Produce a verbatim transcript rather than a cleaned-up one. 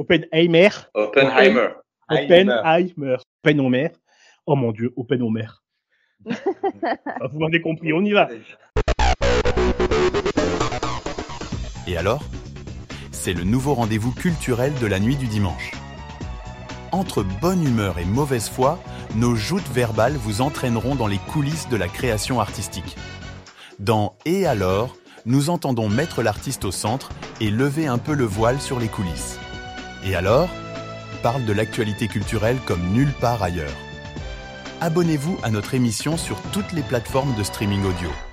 Oppenheimer. Oppenheimer. Oppenheimer. Oppenheimer. Oh mon Dieu, Oppenheimer. Vous m'avez compris, on y va. Et alors ? C'est le nouveau rendez-vous culturel de la nuit du dimanche. Entre bonne humeur et mauvaise foi, nos joutes verbales vous entraîneront dans les coulisses de la création artistique. Dans « Et alors ?», nous entendons mettre l'artiste au centre et lever un peu le voile sur les coulisses. « Et alors ?» parle de l'actualité culturelle comme nulle part ailleurs. Abonnez-vous à notre émission sur toutes les plateformes de streaming audio.